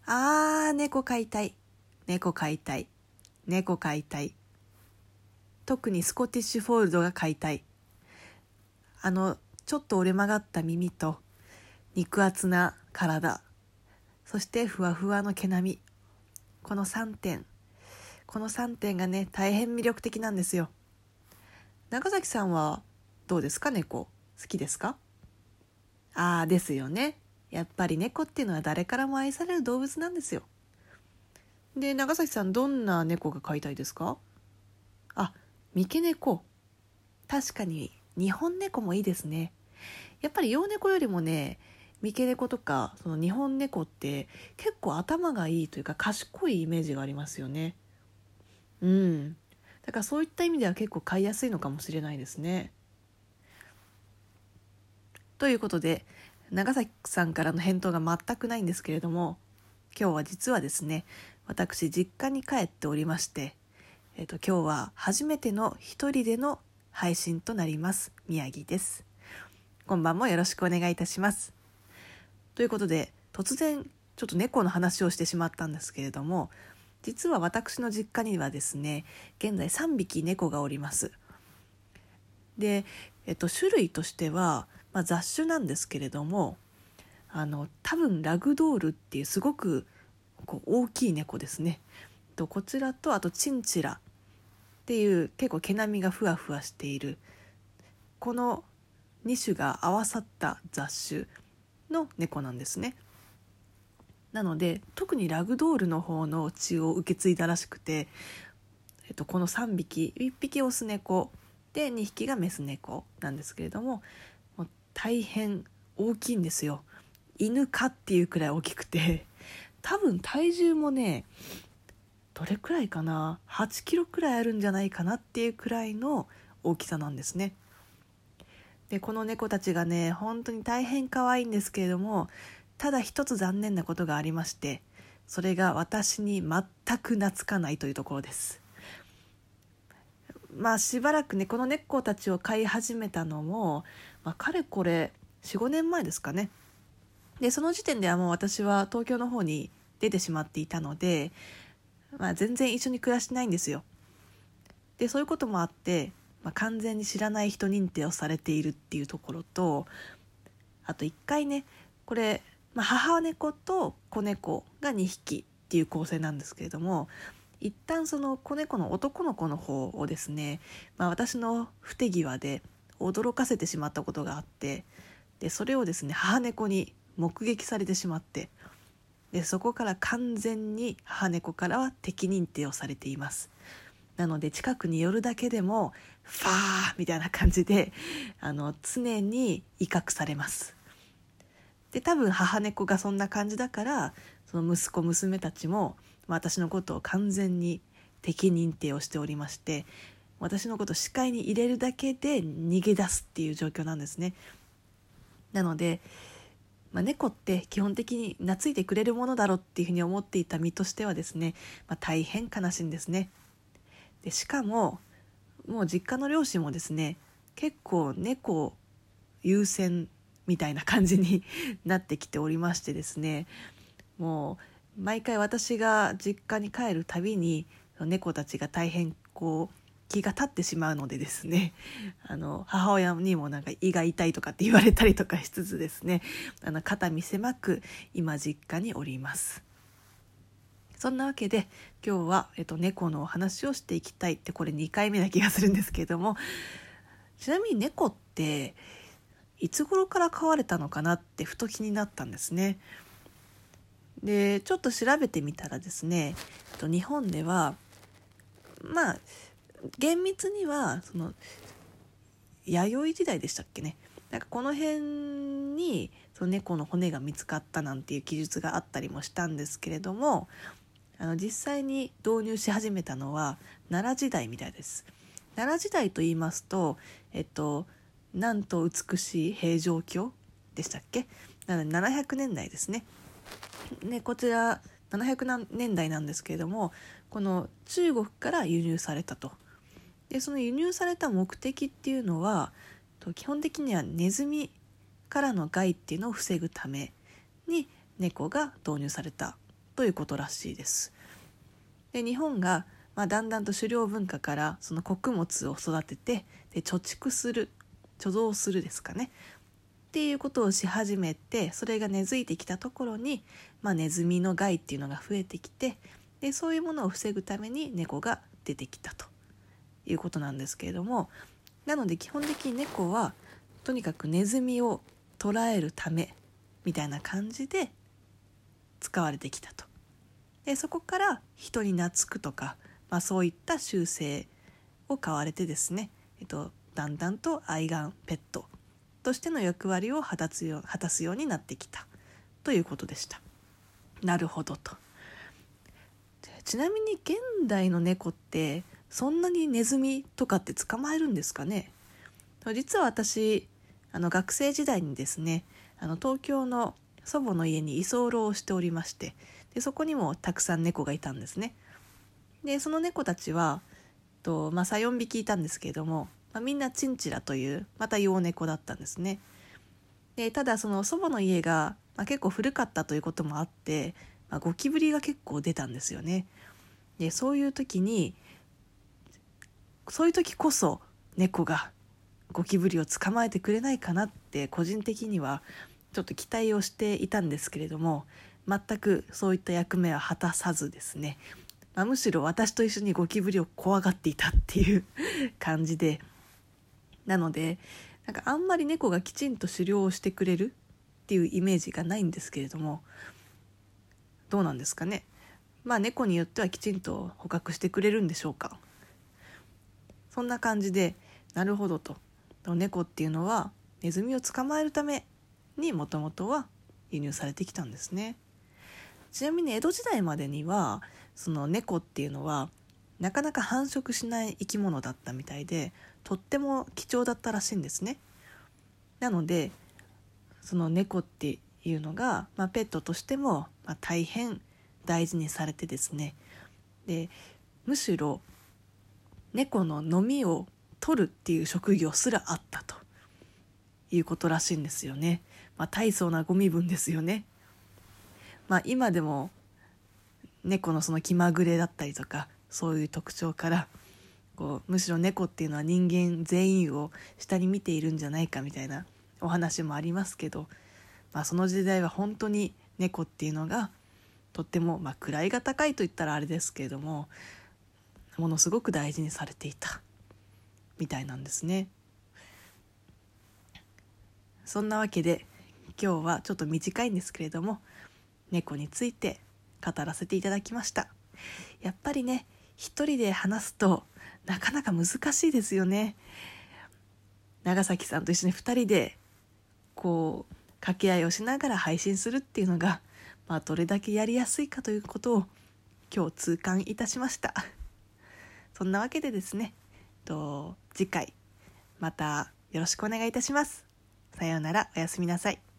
猫飼いたい、猫飼いたい、猫飼いたい。特にスコティッシュフォールドが飼いたい。ちょっと折れ曲がった耳と肉厚な体、そしてふわふわの毛並み、この3点がね、大変魅力的なんですよ。長崎さんはどうですか？猫好きですか？ですよね。やっぱり猫っていうのは誰からも愛される動物なんですよ。で、長崎さんどんな猫が飼いたいですか？三毛猫。確かに日本猫もいいですね。やっぱり洋猫よりもね、三毛猫とかその日本猫って結構頭がいいというか賢いイメージがありますよね。だからそういった意味では結構飼いやすいのかもしれないですね。ということで、長崎さんからの返答が全くないんですけれども、今日は実はですね、私実家に帰っておりまして、今日は初めての一人での配信となります。宮城です。今晩もよろしくお願いいたします。ということで、突然ちょっと猫の話をしてしまったんですけれども、実は私の実家にはですね、現在3匹猫がおります。で、種類としては、雑種なんですけれども、多分ラグドールっていうすごく大きい猫ですね。こちらとあとチンチラっていう結構毛並みがふわふわしている、この2種が合わさった雑種の猫なんですね。なので特にラグドールの方の血を受け継いだらしくて、この3匹、1匹オス猫で2匹がメス猫なんですけれども、もう大変大きいんですよ。犬かっていうくらい大きくて、多分体重もね、どれくらいかな、8キロくらいあるんじゃないかなっていうくらいの大きさなんですね。で、この猫たちがね、本当に大変可愛いんですけれども、ただ一つ残念なことがありまして、それが私に全く懐かないというところです。しばらくね、この猫たちを飼い始めたのも、かれこれ 4,5 年前ですかね。で、その時点ではもう私は東京の方に出てしまっていたので、全然一緒に暮らしてないんですよ。で、そういうこともあって、完全に知らない人認定をされているっていうところと、あと1回ね、これ、母猫と子猫が2匹っていう構成なんですけれども、一旦その子猫の男の子の方をですね、私の不手際で驚かせてしまったことがあって、でそれをですね、母猫に目撃されてしまって、でそこから完全に母猫からは敵認定をされています。なので近くに寄るだけでもファーみたいな感じで常に威嚇されます。で、多分母猫がそんな感じだから、その息子娘たちも私のことを完全に敵認定をしておりまして、私のことを視界に入れるだけで逃げ出すっていう状況なんですね。なので、猫って基本的に懐いてくれるものだろうっていうふうに思っていた身としてはですね、大変悲しいんですね。でしかももう実家の両親もですね、結構猫優先みたいな感じになってきておりましてですね、もう毎回私が実家に帰るたびに猫たちが大変気が立ってしまうのでですね、母親にも胃が痛いとかって言われたりとかしつつですね、肩身狭く今実家におります。そんなわけで今日は、猫のお話をしていきたいって、これ2回目な気がするんですけれども、ちなみに猫っていつ頃から飼われたのかなってふと気になったんですね。でちょっと調べてみたらですね、日本では厳密にはその弥生時代でしたっけね、この辺にその猫の骨が見つかったなんていう記述があったりもしたんですけれども、実際に導入し始めたのは奈良時代みたいです。奈良時代と言いますと、なんと美しい平城京でしたっけ、なので700年代ですね。でこちら700年代なんですけれども、この中国から輸入されたと。でその輸入された目的っていうのは、基本的にはネズミからの害っていうのを防ぐために猫が導入されたっということらしいです。で日本が、だんだんと狩猟文化からその穀物を育てて、で貯蔵するですかねっていうことをし始めて、それが根付いてきたところに、ネズミの害っていうのが増えてきて、でそういうものを防ぐために猫が出てきたということなんですけれども、なので基本的に猫はとにかくネズミを捕らえるためみたいな感じで使われてきたと。でそこから人に懐くとか、そういった習性を買われてですね、だんだんと愛玩ペットとしての役割を果たすようになってきたということでした。なるほどと。ちなみに現代の猫ってそんなにネズミとかって捕まえるんですかね。実は私学生時代にですね、東京の祖母の家に居候をしておりまして、でそこにもたくさん猫がいたんですね。でその猫たちは3、4匹いたんですけれども、みんなチンチラというまた幼猫だったんですね。でただその祖母の家が、結構古かったということもあって、ゴキブリが結構出たんですよね。でそういう時こそ猫がゴキブリを捕まえてくれないかなって個人的にはちょっと期待をしていたんですけれども、全くそういった役目は果たさずですね、むしろ私と一緒にゴキブリを怖がっていたっていう感じで、なのであんまり猫がきちんと狩猟をしてくれるっていうイメージがないんですけれども、どうなんですかね。猫によってはきちんと捕獲してくれるんでしょうか。そんな感じで、なるほどと。猫っていうのはネズミを捕まえるためにもともとは輸入されてきたんですね。ちなみに江戸時代までにはその猫っていうのはなかなか繁殖しない生き物だったみたいで、とっても貴重だったらしいんですね。なのでその猫っていうのが、ペットとしても、大変大事にされてですね、でむしろ猫の飲みを取るっていう職業すらあったということらしいんですよね。大層なご身分ですよね。今でも猫のその気まぐれだったりとか、そういう特徴からむしろ猫っていうのは人間全員を下に見ているんじゃないかみたいなお話もありますけど、その時代は本当に猫っていうのがとっても、位が高いと言ったらあれですけれども、ものすごく大事にされていたみたいなんですね。そんなわけで今日はちょっと短いんですけれども、猫について語らせていただきました。やっぱりね、一人で話すとなかなか難しいですよね。長崎さんと一緒に二人で掛け合いをしながら配信するっていうのが、どれだけやりやすいかということを今日痛感いたしました。そんなわけでですね、次回またよろしくお願いいたします。さようなら、おやすみなさい。